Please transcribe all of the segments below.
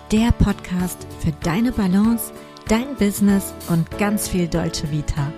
der Podcast für deine Balance, dein Business und ganz viel Dolce Vita.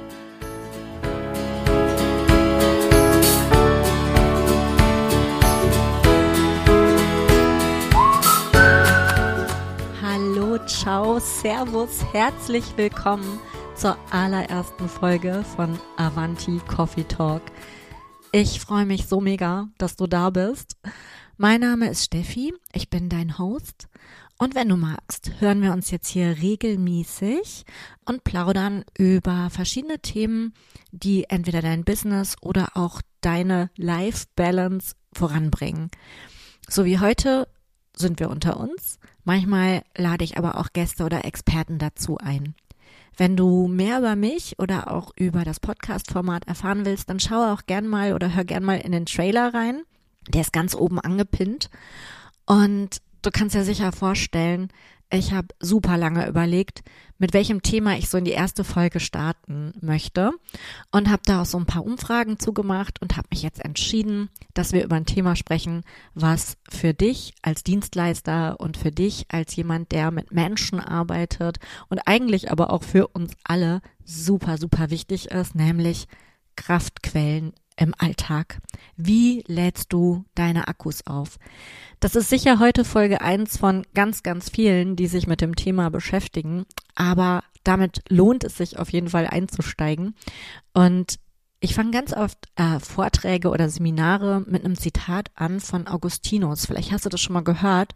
Hallo, ciao, servus, herzlich willkommen zur allerersten Folge von Avanti Coffee Talk. Ich freue mich so mega, dass du da bist. Mein Name ist Steffi, ich bin dein Host und wenn du magst, hören wir uns jetzt hier regelmäßig und plaudern über verschiedene Themen, die entweder dein Business oder auch deine Life Balance voranbringen. So wie heute sind wir unter uns, manchmal lade ich aber auch Gäste oder Experten dazu ein. Wenn du mehr über mich oder auch über das Podcast-Format erfahren willst, dann schau auch gern mal oder hör gern mal in den Trailer rein. Der ist ganz oben angepinnt und du kannst dir sicher vorstellen, ich habe super lange überlegt, mit welchem Thema ich so in die erste Folge starten möchte und habe da auch so ein paar Umfragen zugemacht und habe mich jetzt entschieden, dass wir über ein Thema sprechen, was für dich als Dienstleister und für dich als jemand, der mit Menschen arbeitet und eigentlich aber auch für uns alle super, super wichtig ist, nämlich Kraftquellen im Alltag. Wie lädst du deine Akkus auf? Das ist sicher heute Folge 1 von ganz, ganz vielen, die sich mit dem Thema beschäftigen, aber damit lohnt es sich auf jeden Fall einzusteigen. Und ich fange ganz oft Vorträge oder Seminare mit einem Zitat an von Augustinus. Vielleicht hast du das schon mal gehört.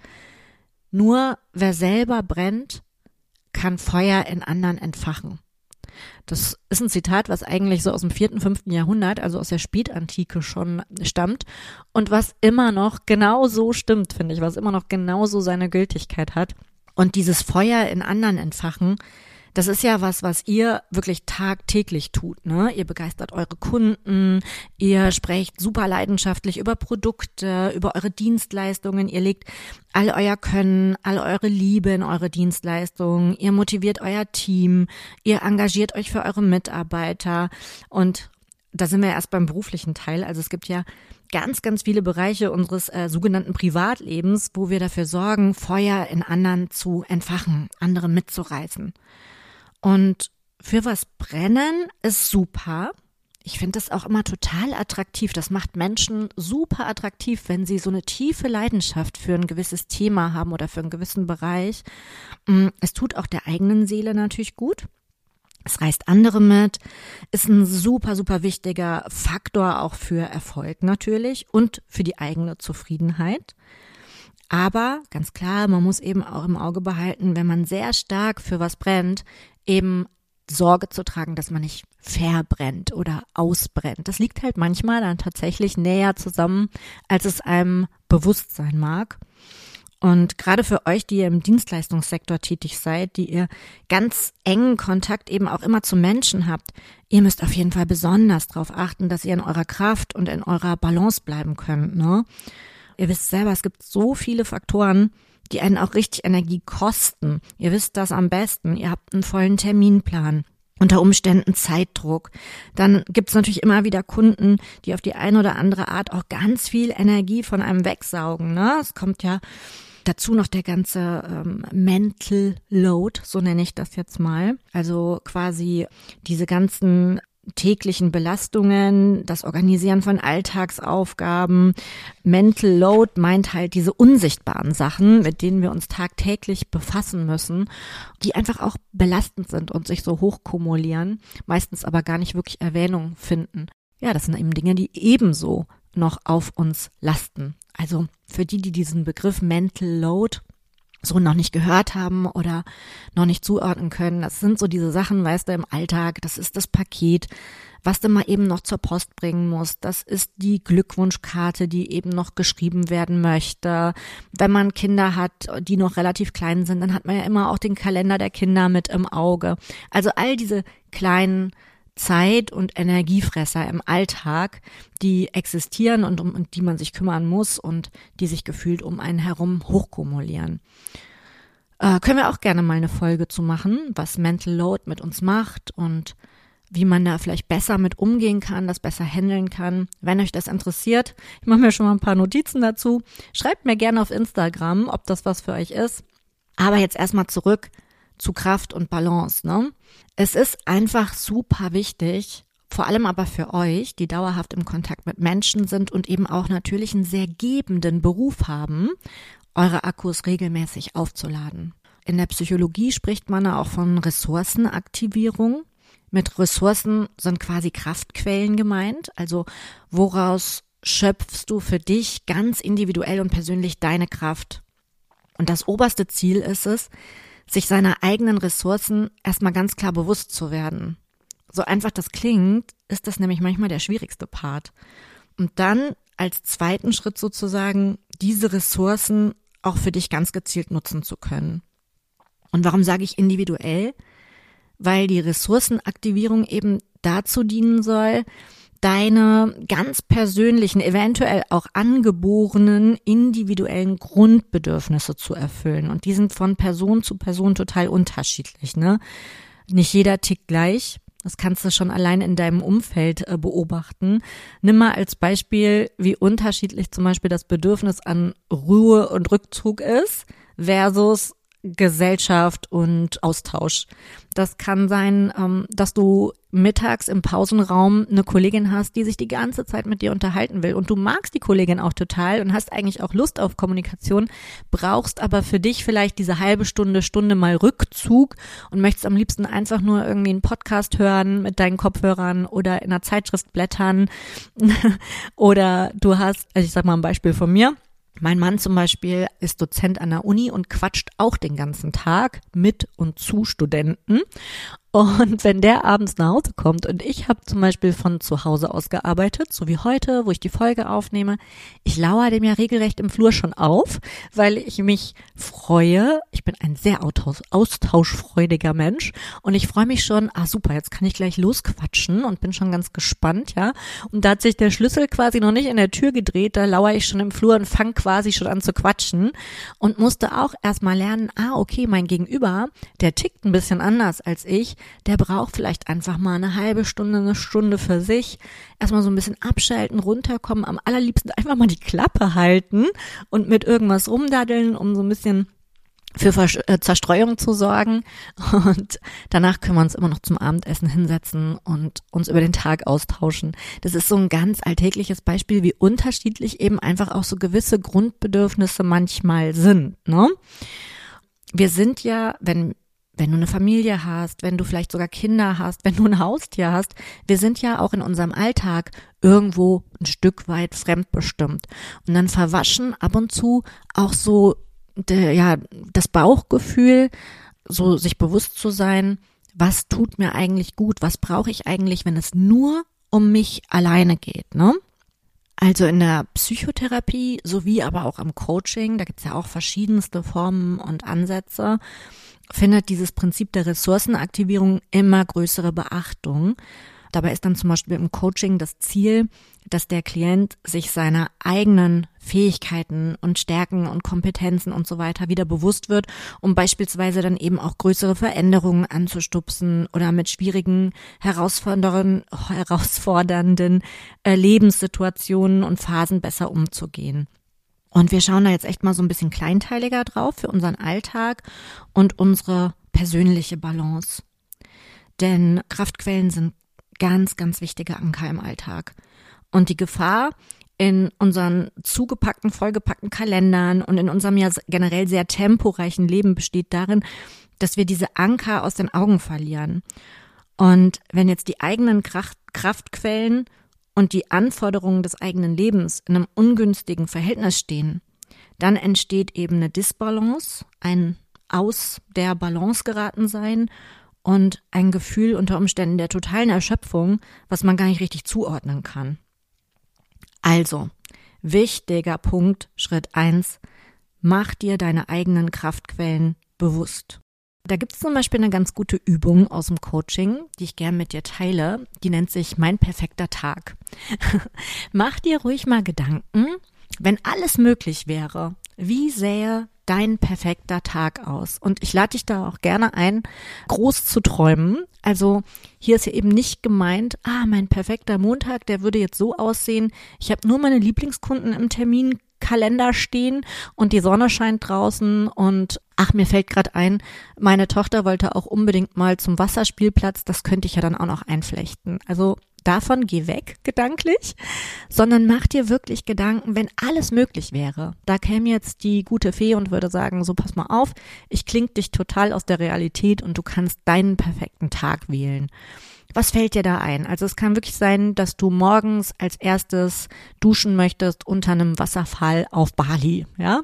Nur wer selber brennt, kann Feuer in anderen entfachen. Das ist ein Zitat, was eigentlich so aus dem 4., 5. Jahrhundert, also aus der Spätantike schon stammt und was immer noch genau so stimmt, finde ich, was immer noch genauso seine Gültigkeit hat. Und dieses Feuer in anderen entfachen, das ist ja was ihr wirklich tagtäglich tut, ne? Ihr begeistert eure Kunden, ihr sprecht super leidenschaftlich über Produkte, über eure Dienstleistungen, ihr legt all euer Können, all eure Liebe in eure Dienstleistungen, ihr motiviert euer Team, ihr engagiert euch für eure Mitarbeiter und da sind wir erst beim beruflichen Teil, also es gibt ja ganz, ganz viele Bereiche unseres sogenannten Privatlebens, wo wir dafür sorgen, Feuer in anderen zu entfachen, andere mitzureißen. Und für was brennen ist super. Ich finde das auch immer total attraktiv. Das macht Menschen super attraktiv, wenn sie so eine tiefe Leidenschaft für ein gewisses Thema haben oder für einen gewissen Bereich. Es tut auch der eigenen Seele natürlich gut. Es reißt andere mit, ist ein super, super wichtiger Faktor auch für Erfolg natürlich und für die eigene Zufriedenheit. Aber ganz klar, man muss eben auch im Auge behalten, wenn man sehr stark für was brennt, eben Sorge zu tragen, dass man nicht verbrennt oder ausbrennt. Das liegt halt manchmal dann tatsächlich näher zusammen, als es einem bewusst sein mag. Und gerade für euch, die ihr im Dienstleistungssektor tätig seid, die ihr ganz engen Kontakt eben auch immer zu Menschen habt, ihr müsst auf jeden Fall besonders darauf achten, dass ihr in eurer Kraft und in eurer Balance bleiben könnt, ne? Ihr wisst selber, es gibt so viele Faktoren, die einen auch richtig Energie kosten. Ihr wisst das am besten. Ihr habt einen vollen Terminplan, unter Umständen Zeitdruck. Dann gibt es natürlich immer wieder Kunden, die auf die eine oder andere Art auch ganz viel Energie von einem wegsaugen, ne? Es kommt ja dazu noch der ganze Mental Load, so nenne ich das jetzt mal. Also quasi diese ganzen täglichen Belastungen, das Organisieren von Alltagsaufgaben. Mental Load meint halt diese unsichtbaren Sachen, mit denen wir uns tagtäglich befassen müssen, die einfach auch belastend sind und sich so hochkumulieren, meistens aber gar nicht wirklich Erwähnung finden. Ja, das sind eben Dinge, die ebenso noch auf uns lasten. Also für die diesen Begriff Mental Load so noch nicht gehört haben oder noch nicht zuordnen können. Das sind so diese Sachen, weißt du, im Alltag, das ist das Paket, was du mal eben noch zur Post bringen musst. Das ist die Glückwunschkarte, die eben noch geschrieben werden möchte. Wenn man Kinder hat, die noch relativ klein sind, dann hat man ja immer auch den Kalender der Kinder mit im Auge. Also all diese kleinen Zeit- und Energiefresser im Alltag, die existieren und um die man sich kümmern muss und die sich gefühlt um einen herum hochkumulieren. Können wir auch gerne mal eine Folge zu machen, was Mental Load mit uns macht und wie man da vielleicht besser mit umgehen kann, das besser handeln kann. Wenn euch das interessiert, ich mache mir schon mal ein paar Notizen dazu. Schreibt mir gerne auf Instagram, ob das was für euch ist. Aber jetzt erstmal zurück zu Kraft und Balance, ne? Es ist einfach super wichtig, vor allem aber für euch, die dauerhaft im Kontakt mit Menschen sind und eben auch natürlich einen sehr gebenden Beruf haben, eure Akkus regelmäßig aufzuladen. In der Psychologie spricht man auch von Ressourcenaktivierung. Mit Ressourcen sind quasi Kraftquellen gemeint, also woraus schöpfst du für dich ganz individuell und persönlich deine Kraft. Und das oberste Ziel ist es, sich seiner eigenen Ressourcen erstmal ganz klar bewusst zu werden. So einfach das klingt, ist das nämlich manchmal der schwierigste Part. Und dann als zweiten Schritt sozusagen diese Ressourcen auch für dich ganz gezielt nutzen zu können. Und warum sage ich individuell? Weil die Ressourcenaktivierung eben dazu dienen soll, deine ganz persönlichen, eventuell auch angeborenen, individuellen Grundbedürfnisse zu erfüllen. Und die sind von Person zu Person total unterschiedlich, ne? Nicht jeder tickt gleich. Das kannst du schon allein in deinem Umfeld beobachten. Nimm mal als Beispiel, wie unterschiedlich zum Beispiel das Bedürfnis an Ruhe und Rückzug ist versus Gesellschaft und Austausch. Das kann sein, dass du mittags im Pausenraum eine Kollegin hast, die sich die ganze Zeit mit dir unterhalten will und du magst die Kollegin auch total und hast eigentlich auch Lust auf Kommunikation, brauchst aber für dich vielleicht diese halbe Stunde mal Rückzug und möchtest am liebsten einfach nur irgendwie einen Podcast hören mit deinen Kopfhörern oder in einer Zeitschrift blättern oder du hast, also ich sag mal ein Beispiel von mir. Mein Mann zum Beispiel ist Dozent an der Uni und quatscht auch den ganzen Tag mit und zu Studenten. Und wenn der abends nach Hause kommt und ich habe zum Beispiel von zu Hause aus gearbeitet, so wie heute, wo ich die Folge aufnehme, ich lauere dem ja regelrecht im Flur schon auf, weil ich mich freue. Ich bin ein sehr austauschfreudiger Mensch und ich freue mich schon, super, jetzt kann ich gleich losquatschen und bin schon ganz gespannt, ja. Und da hat sich der Schlüssel quasi noch nicht in der Tür gedreht, da lauere ich schon im Flur und fange quasi schon an zu quatschen und musste auch erstmal lernen, okay, mein Gegenüber, der tickt ein bisschen anders als ich, der braucht vielleicht einfach mal eine halbe Stunde, eine Stunde für sich, erstmal so ein bisschen abschalten, runterkommen, am allerliebsten einfach mal die Klappe halten und mit irgendwas rumdaddeln, um so ein bisschen für Zerstreuung zu sorgen und danach können wir uns immer noch zum Abendessen hinsetzen und uns über den Tag austauschen. Das ist so ein ganz alltägliches Beispiel, wie unterschiedlich eben einfach auch so gewisse Grundbedürfnisse manchmal sind, ne? Wir sind ja, wenn du eine Familie hast, wenn du vielleicht sogar Kinder hast, wenn du ein Haustier hast, wir sind ja auch in unserem Alltag irgendwo ein Stück weit fremdbestimmt. Und dann verwaschen ab und zu auch so das Bauchgefühl, so sich bewusst zu sein, was tut mir eigentlich gut, was brauche ich eigentlich, wenn es nur um mich alleine geht, ne? Also in der Psychotherapie sowie aber auch am Coaching, da gibt es ja auch verschiedenste Formen und Ansätze, findet dieses Prinzip der Ressourcenaktivierung immer größere Beachtung. Dabei ist dann zum Beispiel im Coaching das Ziel, dass der Klient sich seiner eigenen Fähigkeiten und Stärken und Kompetenzen und so weiter wieder bewusst wird, um beispielsweise dann eben auch größere Veränderungen anzustupsen oder mit schwierigen, herausfordernden Lebenssituationen und Phasen besser umzugehen. Und wir schauen da jetzt echt mal so ein bisschen kleinteiliger drauf für unseren Alltag und unsere persönliche Balance. Denn Kraftquellen sind ganz, ganz wichtige Anker im Alltag. Und die Gefahr in unseren zugepackten, vollgepackten Kalendern und in unserem ja generell sehr temporeichen Leben besteht darin, dass wir diese Anker aus den Augen verlieren. Und wenn jetzt die eigenen Kraftquellen und die Anforderungen des eigenen Lebens in einem ungünstigen Verhältnis stehen, dann entsteht eben eine Disbalance, ein aus der Balance geraten sein und ein Gefühl unter Umständen der totalen Erschöpfung, was man gar nicht richtig zuordnen kann. Also, wichtiger Punkt, Schritt 1, mach dir deine eigenen Kraftquellen bewusst. Da gibt es zum Beispiel eine ganz gute Übung aus dem Coaching, die ich gern mit dir teile. Die nennt sich Mein perfekter Tag. Mach dir ruhig mal Gedanken, wenn alles möglich wäre, wie sähe dein perfekter Tag aus? Und ich lade dich da auch gerne ein, groß zu träumen. Also hier ist ja eben nicht gemeint, mein perfekter Montag, der würde jetzt so aussehen. Ich habe nur meine Lieblingskunden im Termin Kalender stehen und die Sonne scheint draußen und mir fällt gerade ein, meine Tochter wollte auch unbedingt mal zum Wasserspielplatz, das könnte ich ja dann auch noch einflechten. Also davon geh weg, gedanklich, sondern mach dir wirklich Gedanken, wenn alles möglich wäre. Da käme jetzt die gute Fee und würde sagen, so pass mal auf, ich kling dich total aus der Realität und du kannst deinen perfekten Tag wählen. Was fällt dir da ein? Also es kann wirklich sein, dass du morgens als erstes duschen möchtest unter einem Wasserfall auf Bali, ja?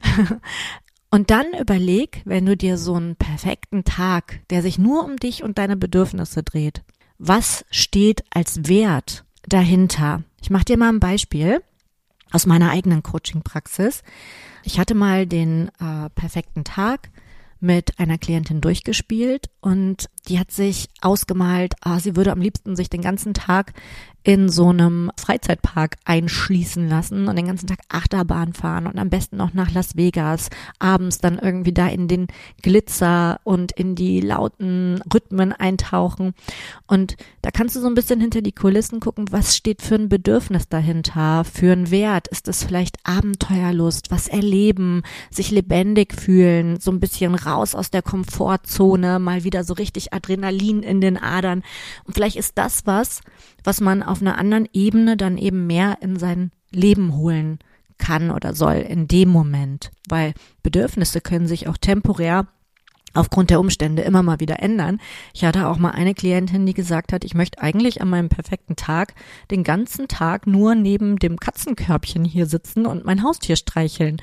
Und dann überleg, wenn du dir so einen perfekten Tag, der sich nur um dich und deine Bedürfnisse dreht, was steht als Wert dahinter? Ich mache dir mal ein Beispiel aus meiner eigenen Coaching-Praxis. Ich hatte mal den perfekten Tag mit einer Klientin durchgespielt und die hat sich ausgemalt, sie würde am liebsten sich den ganzen Tag in so einem Freizeitpark einschließen lassen und den ganzen Tag Achterbahn fahren und am besten noch nach Las Vegas, abends dann irgendwie da in den Glitzer und in die lauten Rhythmen eintauchen. Und da kannst du so ein bisschen hinter die Kulissen gucken, was steht für ein Bedürfnis dahinter, für einen Wert. Ist es vielleicht Abenteuerlust, was erleben, sich lebendig fühlen, so ein bisschen raus aus der Komfortzone, mal wieder so richtig Adrenalin in den Adern. Und vielleicht ist das was man auf einer anderen Ebene dann eben mehr in sein Leben holen kann oder soll in dem Moment, weil Bedürfnisse können sich auch temporär aufgrund der Umstände immer mal wieder ändern. Ich hatte auch mal eine Klientin, die gesagt hat, ich möchte eigentlich an meinem perfekten Tag den ganzen Tag nur neben dem Katzenkörbchen hier sitzen und mein Haustier streicheln.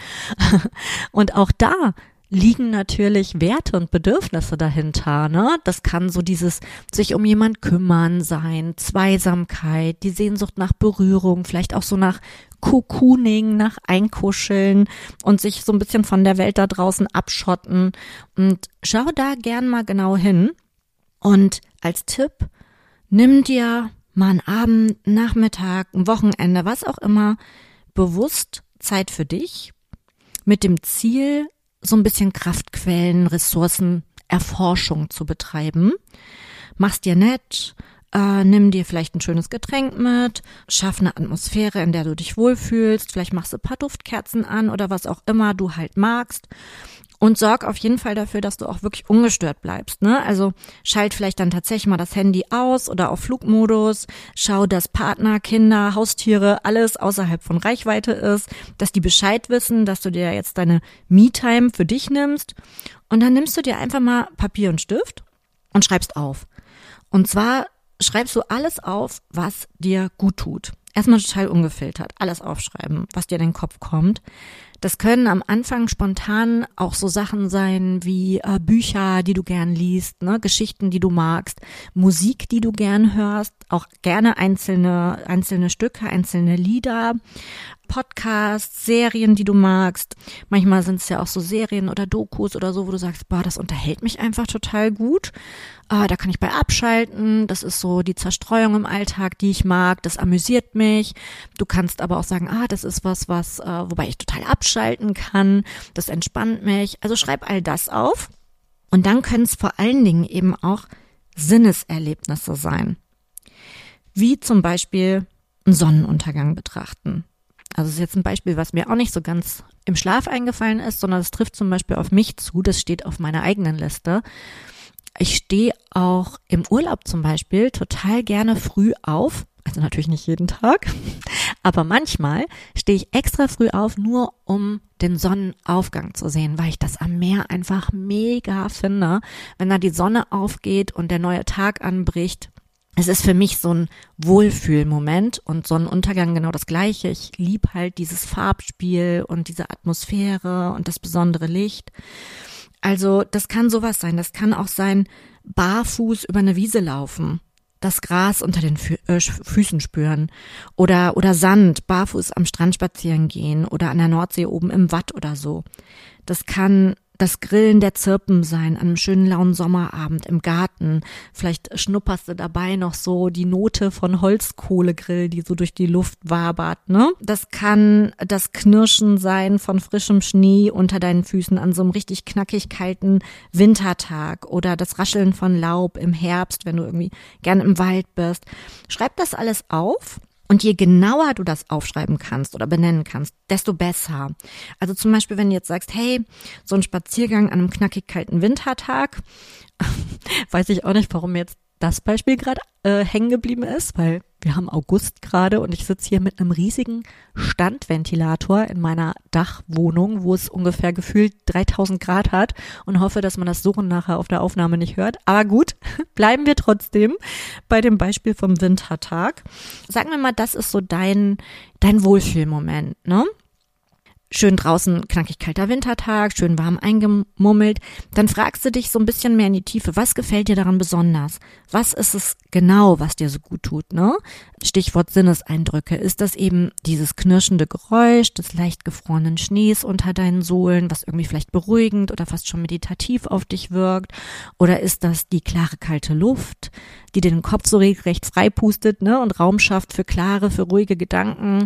Und auch da liegen natürlich Werte und Bedürfnisse dahinter, ne? Das kann so dieses sich um jemand kümmern sein, Zweisamkeit, die Sehnsucht nach Berührung, vielleicht auch so nach Cocooning, nach Einkuscheln und sich so ein bisschen von der Welt da draußen abschotten. Und schau da gern mal genau hin. Und als Tipp, nimm dir mal einen Abend, einen Nachmittag, ein Wochenende, was auch immer, bewusst Zeit für dich mit dem Ziel, so ein bisschen Kraftquellen, Ressourcen, Erforschung zu betreiben. Mach's dir nett, nimm dir vielleicht ein schönes Getränk mit, schaff eine Atmosphäre, in der du dich wohlfühlst, vielleicht machst du ein paar Duftkerzen an oder was auch immer du halt magst. Und sorg auf jeden Fall dafür, dass du auch wirklich ungestört bleibst, ne? Also schalt vielleicht dann tatsächlich mal das Handy aus oder auf Flugmodus. Schau, dass Partner, Kinder, Haustiere, alles außerhalb von Reichweite ist, dass die Bescheid wissen, dass du dir jetzt deine Me-Time für dich nimmst. Und dann nimmst du dir einfach mal Papier und Stift und schreibst auf. Und zwar schreibst du alles auf, was dir gut tut. Erstmal total ungefiltert, alles aufschreiben, was dir in den Kopf kommt. Das können am Anfang spontan auch so Sachen sein wie Bücher, die du gern liest, ne, Geschichten, die du magst, Musik, die du gern hörst, auch gerne einzelne Stücke, einzelne Lieder, Podcasts, Serien, die du magst. Manchmal sind es ja auch so Serien oder Dokus oder so, wo du sagst, das unterhält mich einfach total gut. Da kann ich bei abschalten. Das ist so die Zerstreuung im Alltag, die ich mag. Das amüsiert mich. Du kannst aber auch sagen, das ist was, wobei ich total abschalten kann. Das entspannt mich. Also schreib all das auf. Und dann können es vor allen Dingen eben auch Sinneserlebnisse sein. Wie zum Beispiel einen Sonnenuntergang betrachten. Also das ist jetzt ein Beispiel, was mir auch nicht so ganz im Schlaf eingefallen ist, sondern es trifft zum Beispiel auf mich zu. Das steht auf meiner eigenen Liste. Ich stehe auch im Urlaub zum Beispiel total gerne früh auf. Also natürlich nicht jeden Tag, aber manchmal stehe ich extra früh auf, nur um den Sonnenaufgang zu sehen, weil ich das am Meer einfach mega finde, wenn da die Sonne aufgeht und der neue Tag anbricht. Es ist für mich so ein Wohlfühlmoment und Sonnenuntergang genau das Gleiche. Ich liebe halt dieses Farbspiel und diese Atmosphäre und das besondere Licht. Also das kann sowas sein. Das kann auch sein, barfuß über eine Wiese laufen, das Gras unter den Füßen spüren oder Sand, barfuß am Strand spazieren gehen oder an der Nordsee oben im Watt oder so. Das kann das Grillen der Zirpen sein, an einem schönen lauen Sommerabend im Garten. Vielleicht schnupperst du dabei noch so die Note von Holzkohlegrill, die so durch die Luft wabert, ne? Das kann das Knirschen sein von frischem Schnee unter deinen Füßen an so einem richtig knackig kalten Wintertag oder das Rascheln von Laub im Herbst, wenn du irgendwie gern im Wald bist. Schreib das alles auf. Und je genauer du das aufschreiben kannst oder benennen kannst, desto besser. Also zum Beispiel, wenn du jetzt sagst, hey, so ein Spaziergang an einem knackig kalten Wintertag, weiß ich auch nicht, warum jetzt das Beispiel gerade hängen geblieben ist, weil wir haben August gerade und ich sitze hier mit einem riesigen Standventilator in meiner Dachwohnung, wo es ungefähr gefühlt 3000 Grad hat und hoffe, dass man das Surren nachher auf der Aufnahme nicht hört. Aber gut, bleiben wir trotzdem bei dem Beispiel vom Wintertag. Sagen wir mal, das ist so dein Wohlfühlmoment, ne? Schön draußen, knackig kalter Wintertag, schön warm eingemummelt. Dann fragst du dich so ein bisschen mehr in die Tiefe. Was gefällt dir daran besonders? Was ist es genau, was dir so gut tut, ne? Stichwort Sinneseindrücke. Ist das eben dieses knirschende Geräusch des leicht gefrorenen Schnees unter deinen Sohlen, was irgendwie vielleicht beruhigend oder fast schon meditativ auf dich wirkt? Oder ist das die klare, kalte Luft, die den Kopf so regelrecht freipustet, ne? Und Raum schafft für klare, für ruhige Gedanken?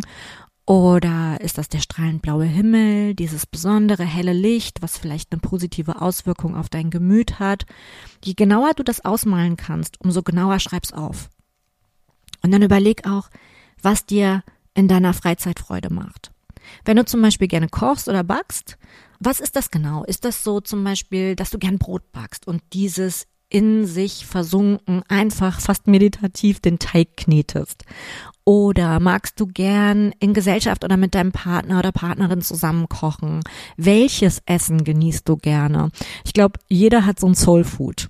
Oder ist das der strahlend blaue Himmel, dieses besondere helle Licht, was vielleicht eine positive Auswirkung auf dein Gemüt hat? Je genauer du das ausmalen kannst, umso genauer schreib's auf. Und dann überleg auch, was dir in deiner Freizeit Freude macht. Wenn du zum Beispiel gerne kochst oder backst, was ist das genau? Ist das so zum Beispiel, dass du gern Brot backst und dieses in sich versunken, einfach fast meditativ den Teig knetest? Oder magst du gern in Gesellschaft oder mit deinem Partner oder Partnerin zusammen kochen? Welches Essen genießt du gerne? Ich glaube, jeder hat so ein Soul Food.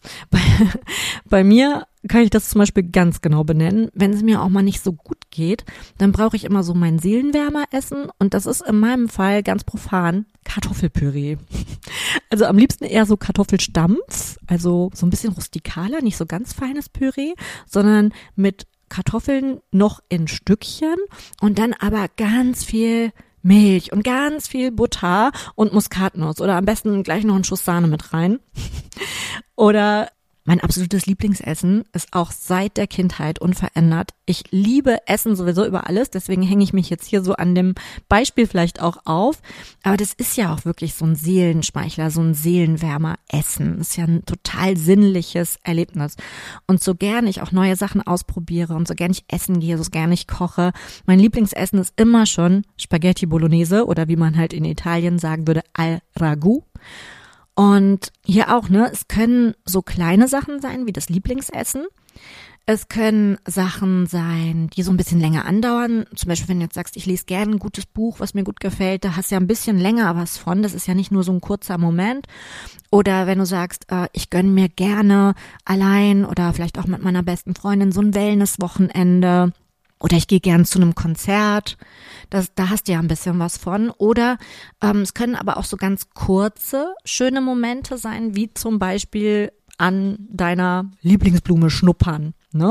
Bei mir kann ich das zum Beispiel ganz genau benennen. Wenn es mir auch mal nicht so gut geht, dann brauche ich immer so mein Seelenwärmer-Essen und das ist in meinem Fall ganz profan Kartoffelpüree. Also am liebsten eher so Kartoffelstampf, also so ein bisschen rustikaler, nicht so ganz feines Püree, sondern mit Kartoffeln noch in Stückchen und dann aber ganz viel Milch und ganz viel Butter und Muskatnuss oder am besten gleich noch einen Schuss Sahne mit rein. Oder mein absolutes Lieblingsessen ist auch seit der Kindheit unverändert. Ich liebe Essen sowieso über alles, deswegen hänge ich mich jetzt hier so an dem Beispiel vielleicht auch auf. Aber das ist ja auch wirklich so ein Seelenschmeichler, so ein Seelenwärmer Essen. Das ist ja ein total sinnliches Erlebnis. Und so gern ich auch neue Sachen ausprobiere und so gern ich essen gehe, so gern ich koche, mein Lieblingsessen ist immer schon Spaghetti Bolognese oder wie man halt in Italien sagen würde, al Ragù. Und hier auch, ne, es können so kleine Sachen sein wie das Lieblingsessen. Es können Sachen sein, die so ein bisschen länger andauern. Zum Beispiel, wenn du jetzt sagst, ich lese gerne ein gutes Buch, was mir gut gefällt, da hast du ja ein bisschen länger was von. Das ist ja nicht nur so ein kurzer Moment. Oder wenn du sagst, ich gönne mir gerne allein oder vielleicht auch mit meiner besten Freundin so ein Wellness-Wochenende. Oder ich gehe gern zu einem Konzert, da hast du ja ein bisschen was von. Oder es können aber auch so ganz kurze, schöne Momente sein, wie zum Beispiel an deiner Lieblingsblume schnuppern, ne?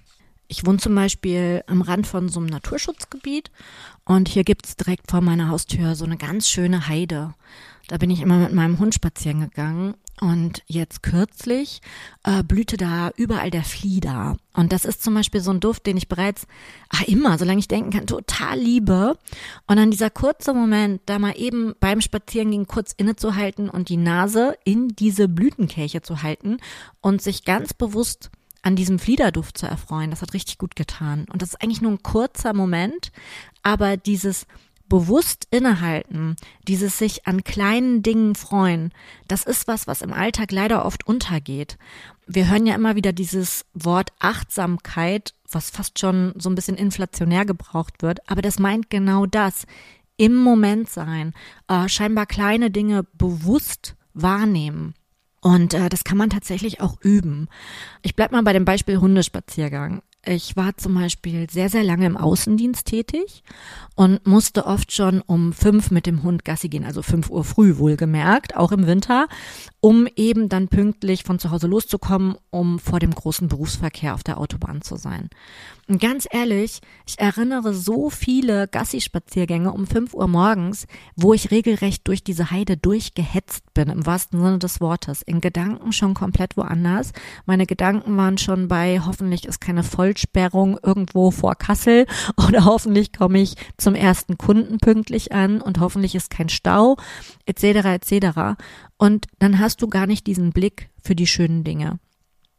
Ich wohne zum Beispiel am Rand von so einem Naturschutzgebiet und hier gibt's direkt vor meiner Haustür so eine ganz schöne Heide. Da bin ich immer mit meinem Hund spazieren gegangen und jetzt kürzlich blühte da überall der Flieder. Und das ist zum Beispiel so ein Duft, den ich bereits immer, solange ich denken kann, total liebe. Und dann dieser kurze Moment, da mal eben beim Spazierengehen kurz innezuhalten und die Nase in diese Blütenkelche zu halten und sich ganz bewusst an diesem Fliederduft zu erfreuen, das hat richtig gut getan. Und das ist eigentlich nur ein kurzer Moment, aber dieses bewusst innehalten, dieses sich an kleinen Dingen freuen, das ist was im Alltag leider oft untergeht. Wir hören ja immer wieder dieses Wort Achtsamkeit, was fast schon so ein bisschen inflationär gebraucht wird, aber das meint genau das, im Moment sein, scheinbar kleine Dinge bewusst wahrnehmen. Und das kann man tatsächlich auch üben. Ich bleib mal bei dem Beispiel Hundespaziergang. Ich war zum Beispiel sehr, sehr lange im Außendienst tätig und musste oft schon um 5 mit dem Hund Gassi gehen, also 5 Uhr früh wohlgemerkt, auch im Winter, um eben dann pünktlich von zu Hause loszukommen, um vor dem großen Berufsverkehr auf der Autobahn zu sein. Und ganz ehrlich, ich erinnere so viele Gassi-Spaziergänge um 5 Uhr morgens, wo ich regelrecht durch diese Heide durchgehetzt bin, im wahrsten Sinne des Wortes, in Gedanken schon komplett woanders. Meine Gedanken waren schon bei, hoffentlich ist keine Vollsperrung irgendwo vor Kassel oder hoffentlich komme ich zum ersten Kunden pünktlich an und hoffentlich ist kein Stau, etc. etc. Und dann hast du gar nicht diesen Blick für die schönen Dinge.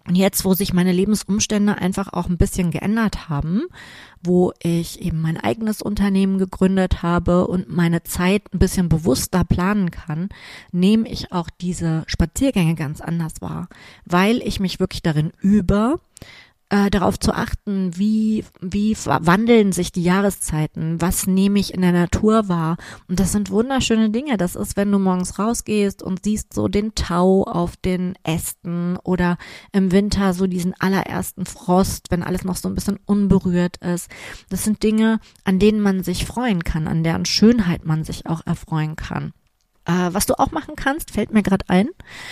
Und jetzt, wo sich meine Lebensumstände einfach auch ein bisschen geändert haben, wo ich eben mein eigenes Unternehmen gegründet habe und meine Zeit ein bisschen bewusster planen kann, nehme ich auch diese Spaziergänge ganz anders wahr, weil ich mich wirklich darin übe, darauf zu achten, wie wandeln sich die Jahreszeiten, was nehme ich in der Natur wahr. Und das sind wunderschöne Dinge. Das ist, wenn du morgens rausgehst und siehst so den Tau auf den Ästen oder im Winter so diesen allerersten Frost, wenn alles noch so ein bisschen unberührt ist. Das sind Dinge, an denen man sich freuen kann, an deren Schönheit man sich auch erfreuen kann. Was du auch machen kannst, fällt mir gerade ein,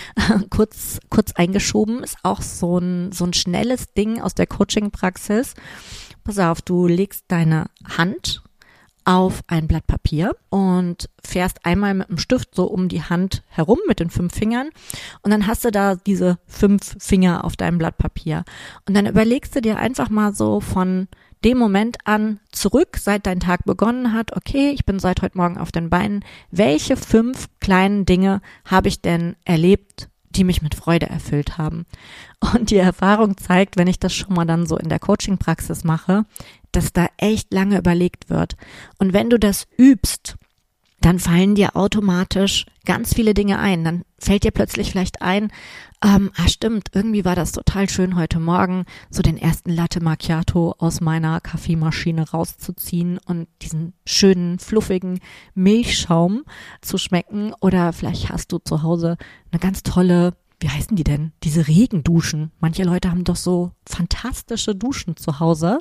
kurz eingeschoben, ist auch so ein schnelles Ding aus der Coaching-Praxis. Pass auf, du legst deine Hand auf ein Blatt Papier und fährst einmal mit dem Stift so um die Hand herum mit den 5 Fingern und dann hast du da diese 5 Finger auf deinem Blatt Papier. Und dann überlegst du dir einfach mal so von dem Moment an zurück, seit dein Tag begonnen hat, okay, ich bin seit heute Morgen auf den Beinen, welche 5 kleinen Dinge habe ich denn erlebt, die mich mit Freude erfüllt haben? Und die Erfahrung zeigt, wenn ich das schon mal dann so in der Coaching-Praxis mache, dass da echt lange überlegt wird. Und wenn du das übst, dann fallen dir automatisch ganz viele Dinge ein. Dann fällt dir plötzlich vielleicht ein, stimmt, irgendwie war das total schön heute Morgen, so den ersten Latte Macchiato aus meiner Kaffeemaschine rauszuziehen und diesen schönen, fluffigen Milchschaum zu schmecken. Oder vielleicht hast du zu Hause eine ganz tolle, wie heißen die denn? Diese Regenduschen. Manche Leute haben doch so fantastische Duschen zu Hause,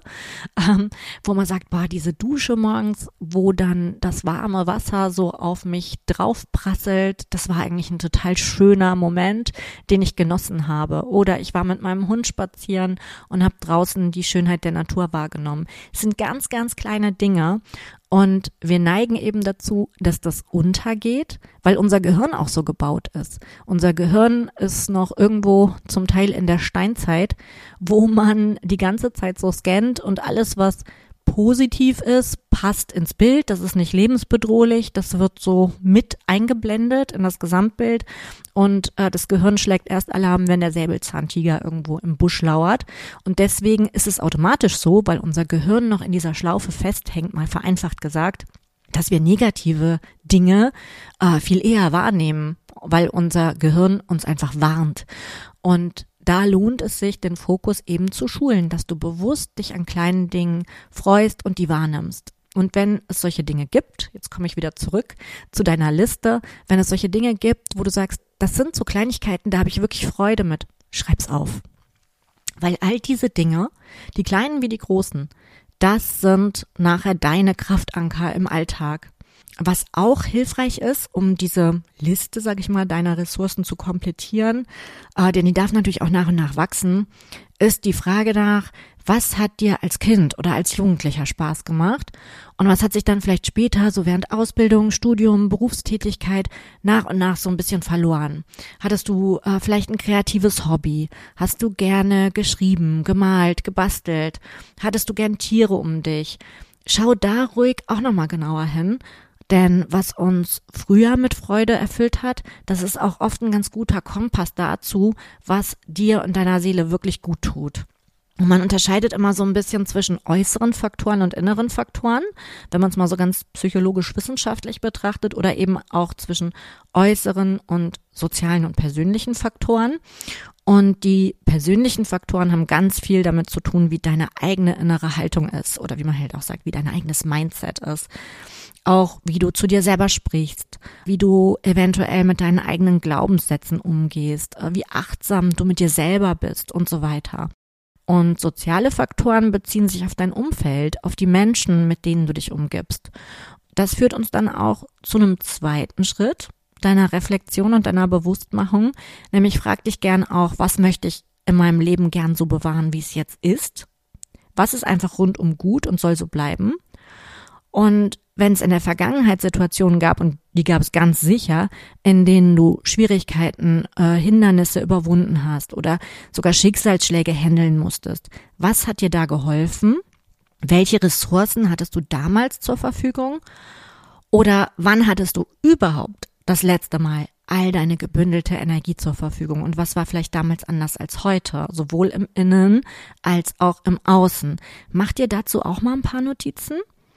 wo man sagt, boah, diese Dusche morgens, wo dann das warme Wasser so auf mich draufprasselt, das war eigentlich ein total schöner Moment, den ich genossen habe. Oder ich war mit meinem Hund spazieren und habe draußen die Schönheit der Natur wahrgenommen. Es sind ganz, ganz kleine Dinge. Und wir neigen eben dazu, dass das untergeht, weil unser Gehirn auch so gebaut ist. Unser Gehirn ist noch irgendwo zum Teil in der Steinzeit, wo man die ganze Zeit so scannt und alles, was positiv ist, passt ins Bild. Das ist nicht lebensbedrohlich. Das wird so mit eingeblendet in das Gesamtbild. Und das Gehirn schlägt erst Alarm, wenn der Säbelzahntiger irgendwo im Busch lauert. Und deswegen ist es automatisch so, weil unser Gehirn noch in dieser Schlaufe festhängt, mal vereinfacht gesagt, dass wir negative Dinge viel eher wahrnehmen, weil unser Gehirn uns einfach warnt. Und da lohnt es sich, den Fokus eben zu schulen, dass du bewusst dich an kleinen Dingen freust und die wahrnimmst. Und wenn es solche Dinge gibt, jetzt komme ich wieder zurück zu deiner Liste, wenn es solche Dinge gibt, wo du sagst, das sind so Kleinigkeiten, da habe ich wirklich Freude mit, schreib's auf. Weil all diese Dinge, die kleinen wie die großen, das sind nachher deine Kraftanker im Alltag. Was auch hilfreich ist, um diese Liste, sage ich mal, deiner Ressourcen zu komplettieren, denn die darf natürlich auch nach und nach wachsen, ist die Frage nach, was hat dir als Kind oder als Jugendlicher Spaß gemacht und was hat sich dann vielleicht später, so während Ausbildung, Studium, Berufstätigkeit, nach und nach so ein bisschen verloren? Hattest du vielleicht ein kreatives Hobby? Hast du gerne geschrieben, gemalt, gebastelt? Hattest du gern Tiere um dich? Schau da ruhig auch nochmal genauer hin. Denn was uns früher mit Freude erfüllt hat, das ist auch oft ein ganz guter Kompass dazu, was dir und deiner Seele wirklich gut tut. Und man unterscheidet immer so ein bisschen zwischen äußeren Faktoren und inneren Faktoren, wenn man es mal so ganz psychologisch-wissenschaftlich betrachtet, oder eben auch zwischen äußeren und sozialen und persönlichen Faktoren. Und die persönlichen Faktoren haben ganz viel damit zu tun, wie deine eigene innere Haltung ist oder wie man halt auch sagt, wie dein eigenes Mindset ist. Auch wie du zu dir selber sprichst, wie du eventuell mit deinen eigenen Glaubenssätzen umgehst, wie achtsam du mit dir selber bist und so weiter. Und soziale Faktoren beziehen sich auf dein Umfeld, auf die Menschen, mit denen du dich umgibst. Das führt uns dann auch zu einem zweiten Schritt deiner Reflexion und deiner Bewusstmachung, nämlich frag dich gern auch, was möchte ich in meinem Leben gern so bewahren, wie es jetzt ist? Was ist einfach rundum gut und soll so bleiben? Und wenn es in der Vergangenheit Situationen gab, und die gab es ganz sicher, in denen du Schwierigkeiten, Hindernisse überwunden hast oder sogar Schicksalsschläge handeln musstest, was hat dir da geholfen? Welche Ressourcen hattest du damals zur Verfügung? Oder wann hattest du überhaupt das letzte Mal all deine gebündelte Energie zur Verfügung. Und was war vielleicht damals anders als heute? Sowohl im Innen als auch im Außen. Mach dir dazu auch mal ein paar Notizen.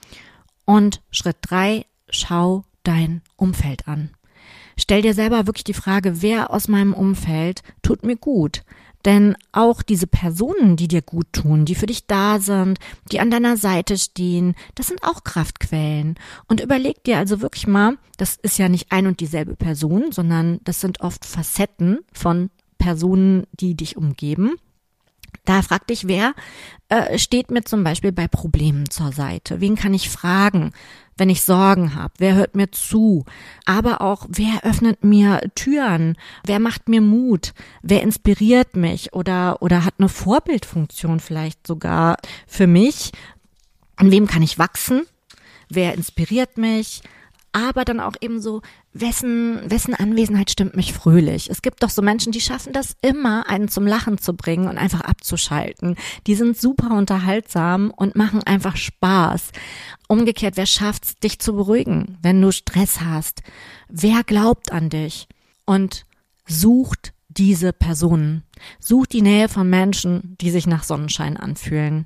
Und Schritt 3, schau dein Umfeld an. Stell dir selber wirklich die Frage, wer aus meinem Umfeld tut mir gut? Denn auch diese Personen, die dir gut tun, die für dich da sind, die an deiner Seite stehen, das sind auch Kraftquellen. Und überleg dir also wirklich mal, das ist ja nicht ein und dieselbe Person, sondern das sind oft Facetten von Personen, die dich umgeben. Da frag dich, wer steht mir zum Beispiel bei Problemen zur Seite? Wen kann ich fragen, wenn ich Sorgen habe? Wer hört mir zu? Aber auch, wer öffnet mir Türen? Wer macht mir Mut? Wer inspiriert mich oder hat eine Vorbildfunktion vielleicht sogar für mich? An wem kann ich wachsen? Wer inspiriert mich? Aber dann auch eben so, wessen Anwesenheit stimmt mich fröhlich. Es gibt doch so Menschen, die schaffen das immer, einen zum Lachen zu bringen und einfach abzuschalten. Die sind super unterhaltsam und machen einfach Spaß. Umgekehrt, wer schafft's, dich zu beruhigen, wenn du Stress hast? Wer glaubt an dich? Und sucht diese Personen. Sucht die Nähe von Menschen, die sich nach Sonnenschein anfühlen.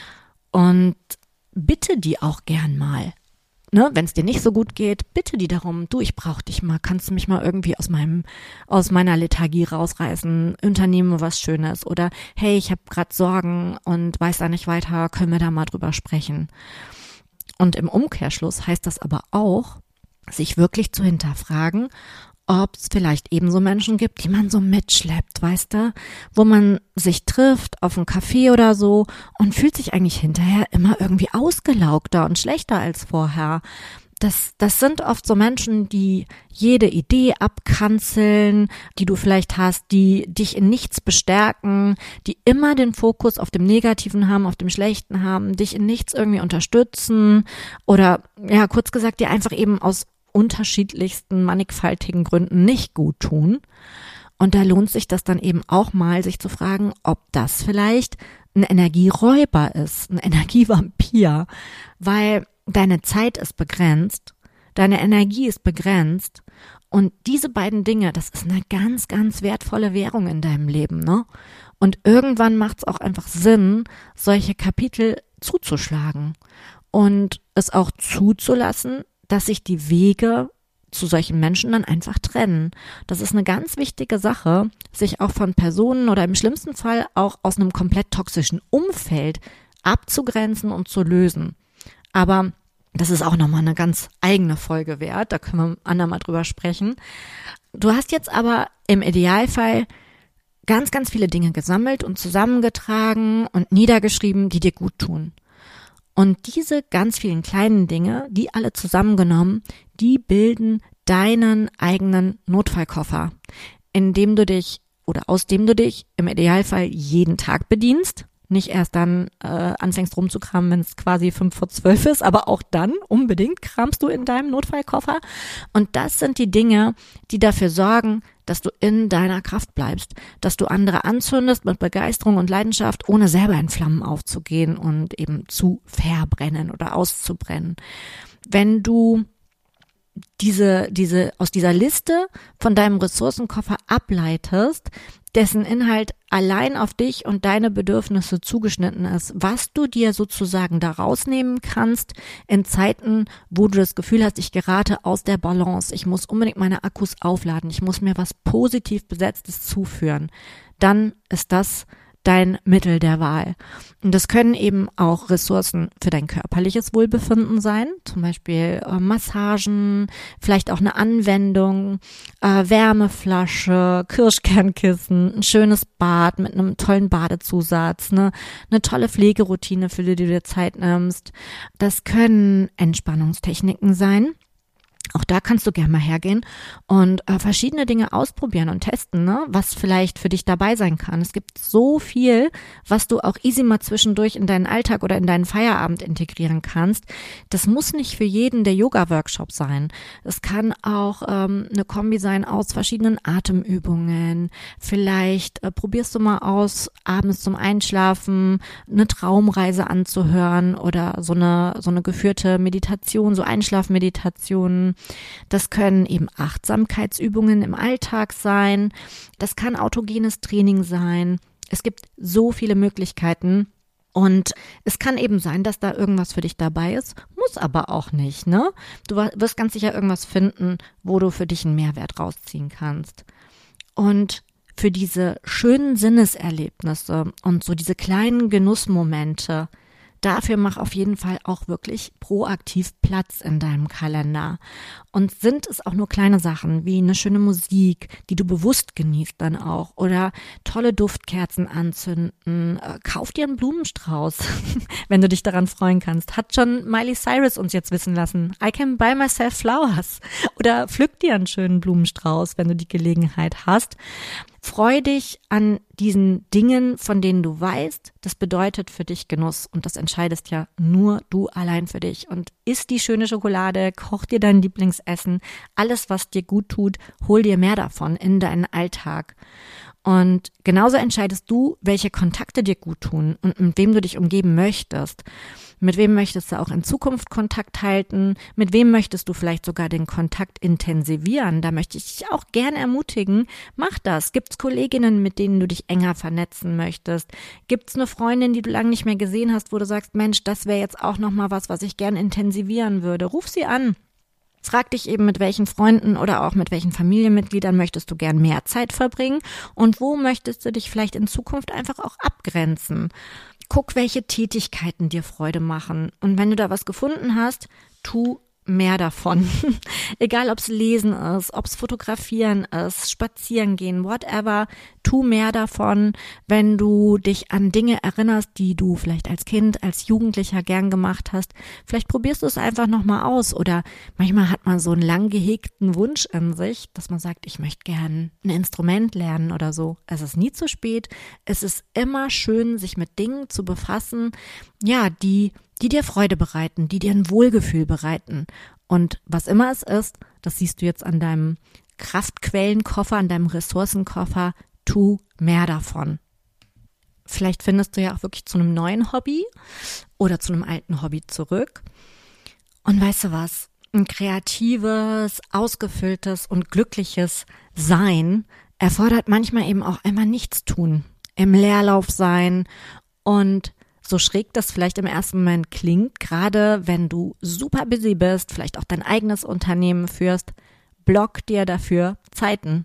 Und bitte die auch gern mal. Ne, wenn es dir nicht so gut geht, bitte die darum, du, ich brauche dich mal, kannst du mich mal irgendwie aus meiner Lethargie rausreißen, unternehmen was Schönes oder hey, ich habe gerade Sorgen und weiß da nicht weiter, können wir da mal drüber sprechen. Und im Umkehrschluss heißt das aber auch, sich wirklich zu hinterfragen, ob es vielleicht ebenso Menschen gibt, die man so mitschleppt, weißt du, wo man sich trifft auf einen Café oder so und fühlt sich eigentlich hinterher immer irgendwie ausgelaugter und schlechter als vorher. Das sind oft so Menschen, die jede Idee abkanzeln, die du vielleicht hast, die dich in nichts bestärken, die immer den Fokus auf dem Negativen haben, auf dem Schlechten haben, dich in nichts irgendwie unterstützen oder, ja, kurz gesagt, dir einfach eben aus unterschiedlichsten, mannigfaltigen Gründen nicht gut tun. Und da lohnt sich das dann eben auch mal, sich zu fragen, ob das vielleicht ein Energieräuber ist, ein Energievampir, weil deine Zeit ist begrenzt, deine Energie ist begrenzt und diese beiden Dinge, das ist eine ganz, ganz wertvolle Währung in deinem Leben, ne? Und irgendwann macht es auch einfach Sinn, solche Kapitel zuzuschlagen und es auch zuzulassen, dass sich die Wege zu solchen Menschen dann einfach trennen. Das ist eine ganz wichtige Sache, sich auch von Personen oder im schlimmsten Fall auch aus einem komplett toxischen Umfeld abzugrenzen und zu lösen. Aber das ist auch nochmal eine ganz eigene Folge wert, da können wir andermal drüber sprechen. Du hast jetzt aber im Idealfall ganz, ganz viele Dinge gesammelt und zusammengetragen und niedergeschrieben, die dir gut tun. Und diese ganz vielen kleinen Dinge, die alle zusammengenommen, die bilden deinen eigenen Notfallkoffer, aus dem du dich im Idealfall jeden Tag bedienst. Nicht erst dann anfängst rumzukramen, wenn es quasi 11:55 ist, aber auch dann unbedingt kramst du in deinem Notfallkoffer. Und das sind die Dinge, die dafür sorgen, dass du in deiner Kraft bleibst, dass du andere anzündest mit Begeisterung und Leidenschaft, ohne selber in Flammen aufzugehen und eben zu verbrennen oder auszubrennen. Wenn du aus dieser Liste von deinem Ressourcenkoffer ableitest, dessen Inhalt allein auf dich und deine Bedürfnisse zugeschnitten ist, was du dir sozusagen da rausnehmen kannst in Zeiten, wo du das Gefühl hast, ich gerate aus der Balance, ich muss unbedingt meine Akkus aufladen, ich muss mir was positiv Besetztes zuführen, dann ist das dein Mittel der Wahl. Und das können eben auch Ressourcen für dein körperliches Wohlbefinden sein, zum Beispiel Massagen, vielleicht auch eine Anwendung, Wärmeflasche, Kirschkernkissen, ein schönes Bad mit einem tollen Badezusatz, eine tolle Pflegeroutine, für die du dir Zeit nimmst. Das können Entspannungstechniken sein. Auch da kannst du gerne mal hergehen und verschiedene Dinge ausprobieren und testen, ne, was vielleicht für dich dabei sein kann. Es gibt so viel, was du auch easy mal zwischendurch in deinen Alltag oder in deinen Feierabend integrieren kannst. Das muss nicht für jeden der Yoga-Workshop sein. Es kann auch eine Kombi sein aus verschiedenen Atemübungen. Vielleicht probierst du mal aus, abends zum Einschlafen eine Traumreise anzuhören oder so eine geführte Meditation, so Einschlafmeditationen. Das können eben Achtsamkeitsübungen im Alltag sein. Das kann autogenes Training sein. Es gibt so viele Möglichkeiten. Und es kann eben sein, dass da irgendwas für dich dabei ist, muss aber auch nicht, ne? Du wirst ganz sicher irgendwas finden, wo du für dich einen Mehrwert rausziehen kannst. Und für diese schönen Sinneserlebnisse und so diese kleinen Genussmomente, dafür mach auf jeden Fall auch wirklich proaktiv Platz in deinem Kalender. Und sind es auch nur kleine Sachen wie eine schöne Musik, die du bewusst genießt dann auch, oder tolle Duftkerzen anzünden, kauf dir einen Blumenstrauß, wenn du dich daran freuen kannst. Hat schon Miley Cyrus uns jetzt wissen lassen. I can buy myself flowers. Oder pflück dir einen schönen Blumenstrauß, wenn du die Gelegenheit hast. Freu dich an diesen Dingen, von denen du weißt, das bedeutet für dich Genuss und das entscheidest ja nur du allein für dich. Und isst die schöne Schokolade, koch dir dein Lieblingsessen, alles, was dir gut tut, hol dir mehr davon in deinen Alltag. Und genauso entscheidest du, welche Kontakte dir gut tun und mit wem du dich umgeben möchtest. Mit wem möchtest du auch in Zukunft Kontakt halten? Mit wem möchtest du vielleicht sogar den Kontakt intensivieren? Da möchte ich dich auch gerne ermutigen. Mach das. Gibt's Kolleginnen, mit denen du dich enger vernetzen möchtest? Gibt's eine Freundin, die du lange nicht mehr gesehen hast, wo du sagst, Mensch, das wäre jetzt auch nochmal was ich gerne intensivieren würde? Ruf sie an. Frag dich eben, mit welchen Freunden oder auch mit welchen Familienmitgliedern möchtest du gern mehr Zeit verbringen und wo möchtest du dich vielleicht in Zukunft einfach auch abgrenzen. Guck, welche Tätigkeiten dir Freude machen und wenn du da was gefunden hast, tu mehr davon. Egal, ob es Lesen ist, ob es Fotografieren ist, Spazieren gehen, whatever, tu mehr davon, wenn du dich an Dinge erinnerst, die du vielleicht als Kind, als Jugendlicher gern gemacht hast. Vielleicht probierst du es einfach nochmal aus oder manchmal hat man so einen lang gehegten Wunsch in sich, dass man sagt, ich möchte gern ein Instrument lernen oder so. Es ist nie zu spät. Es ist immer schön, sich mit Dingen zu befassen, ja, die dir Freude bereiten, die dir ein Wohlgefühl bereiten. Und was immer es ist, das siehst du jetzt an deinem Kraftquellenkoffer, an deinem Ressourcenkoffer, tu mehr davon. Vielleicht findest du ja auch wirklich zu einem neuen Hobby oder zu einem alten Hobby zurück. Und weißt du was? Ein kreatives, ausgefülltes und glückliches Sein erfordert manchmal eben auch einmal nichts tun, im Leerlauf sein und so schräg das vielleicht im ersten Moment klingt, gerade wenn du super busy bist, vielleicht auch dein eigenes Unternehmen führst, block dir dafür Zeiten.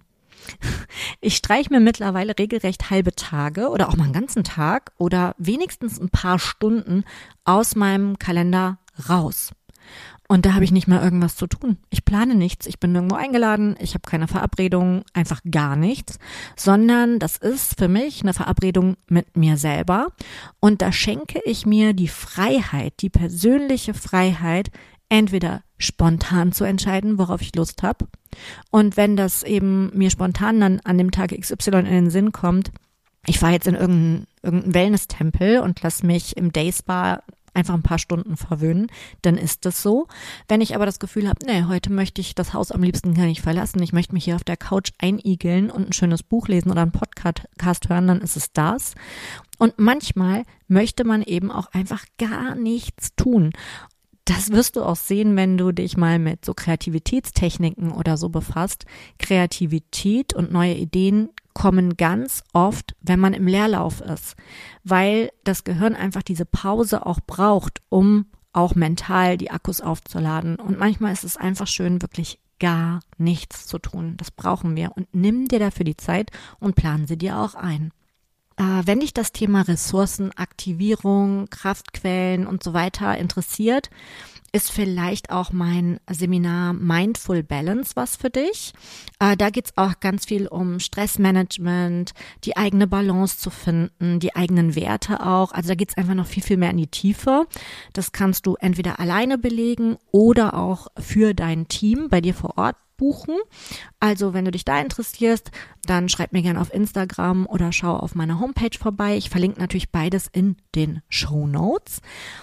Ich streiche mir mittlerweile regelrecht halbe Tage oder auch mal einen ganzen Tag oder wenigstens ein paar Stunden aus meinem Kalender raus. Und da habe ich nicht mal irgendwas zu tun. Ich plane nichts, ich bin nirgendwo eingeladen, ich habe keine Verabredung, einfach gar nichts, sondern das ist für mich eine Verabredung mit mir selber. Und da schenke ich mir die Freiheit, die persönliche Freiheit, entweder spontan zu entscheiden, worauf ich Lust habe. Und wenn das eben mir spontan dann an dem Tag XY in den Sinn kommt, ich fahre jetzt in irgendeinen Wellness-Tempel und lasse mich im Dayspa einfach ein paar Stunden verwöhnen, dann ist das so. Wenn ich aber das Gefühl habe, nee, heute möchte ich das Haus am liebsten gar nicht verlassen, ich möchte mich hier auf der Couch einigeln und ein schönes Buch lesen oder einen Podcast hören, dann ist es das. Und manchmal möchte man eben auch einfach gar nichts tun. Das wirst du auch sehen, wenn du dich mal mit so Kreativitätstechniken oder so befasst. Kreativität und neue Ideen kommen ganz oft, wenn man im Leerlauf ist, weil das Gehirn einfach diese Pause auch braucht, um auch mental die Akkus aufzuladen. Und manchmal ist es einfach schön, wirklich gar nichts zu tun. Das brauchen wir. Und nimm dir dafür die Zeit und plan sie dir auch ein. Wenn dich das Thema Ressourcenaktivierung, Kraftquellen und so weiter interessiert, ist vielleicht auch mein Seminar Mindful Balance was für dich. Da geht's auch ganz viel um Stressmanagement, die eigene Balance zu finden, die eigenen Werte auch. Also da geht's einfach noch viel, viel mehr in die Tiefe. Das kannst du entweder alleine belegen oder auch für dein Team bei dir vor Ort buchen. Also wenn du dich da interessierst, dann schreib mir gerne auf Instagram oder schau auf meiner Homepage vorbei. Ich verlinke natürlich beides in den Shownotes.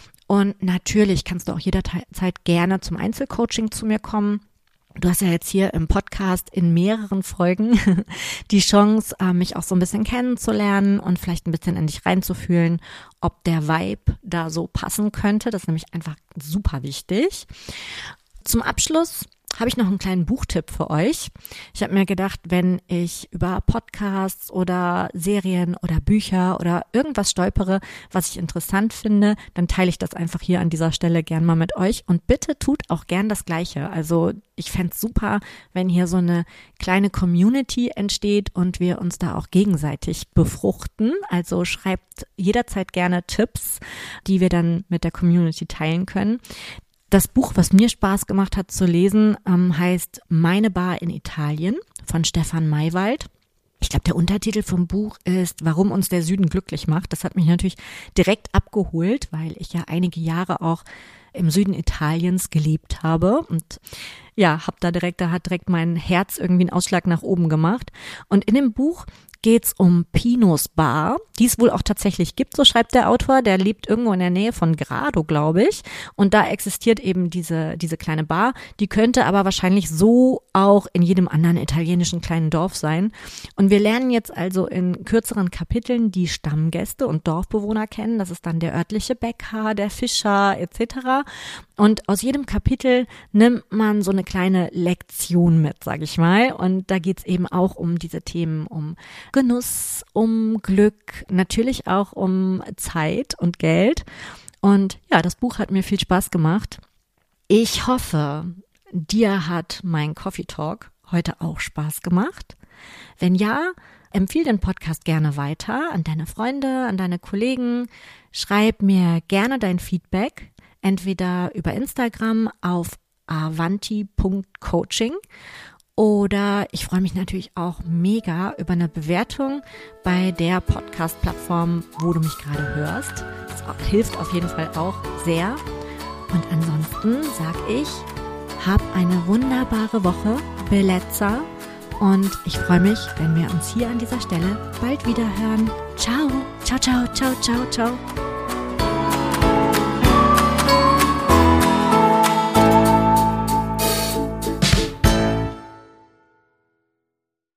Und natürlich kannst du auch jederzeit gerne zum Einzelcoaching zu mir kommen. Du hast ja jetzt hier im Podcast in mehreren Folgen die Chance, mich auch so ein bisschen kennenzulernen und vielleicht ein bisschen in dich reinzufühlen, ob der Vibe da so passen könnte. Das ist nämlich einfach super wichtig. Zum Abschluss habe ich noch einen kleinen Buchtipp für euch. Ich habe mir gedacht, wenn ich über Podcasts oder Serien oder Bücher oder irgendwas stolpere, was ich interessant finde, dann teile ich das einfach hier an dieser Stelle gern mal mit euch. Und bitte tut auch gern das Gleiche. Also ich fände es super, wenn hier so eine kleine Community entsteht und wir uns da auch gegenseitig befruchten. Also schreibt jederzeit gerne Tipps, die wir dann mit der Community teilen können. Das Buch, was mir Spaß gemacht hat zu lesen, heißt Meine Bar in Italien von Stefan Maywald. Ich glaube, der Untertitel vom Buch ist Warum uns der Süden glücklich macht. Das hat mich natürlich direkt abgeholt, weil ich ja einige Jahre auch im Süden Italiens gelebt habe und ja, da hat direkt mein Herz irgendwie einen Ausschlag nach oben gemacht. Und in dem Buch geht's um Pinos Bar, die es wohl auch tatsächlich gibt, so schreibt der Autor. Der lebt irgendwo in der Nähe von Grado, glaube ich. Und da existiert eben diese kleine Bar. Die könnte aber wahrscheinlich so auch in jedem anderen italienischen kleinen Dorf sein. Und wir lernen jetzt also in kürzeren Kapiteln die Stammgäste und Dorfbewohner kennen. Das ist dann der örtliche Bäcker, der Fischer etc. Und aus jedem Kapitel nimmt man so eine kleine Lektion mit, sage ich mal. Und da geht's eben auch um diese Themen, um Genuss, um Glück, natürlich auch um Zeit und Geld. Und ja, das Buch hat mir viel Spaß gemacht. Ich hoffe, dir hat mein Coffee Talk heute auch Spaß gemacht. Wenn ja, empfehle den Podcast gerne weiter an deine Freunde, an deine Kollegen. Schreib mir gerne dein Feedback, entweder über Instagram auf avanti.coaching oder ich freue mich natürlich auch mega über eine Bewertung bei der Podcast-Plattform, wo du mich gerade hörst. Das hilft auf jeden Fall auch sehr. Und ansonsten sage ich, hab eine wunderbare Woche, Bellezza. Und ich freue mich, wenn wir uns hier an dieser Stelle bald wieder hören. Ciao, ciao, ciao, ciao, ciao, ciao.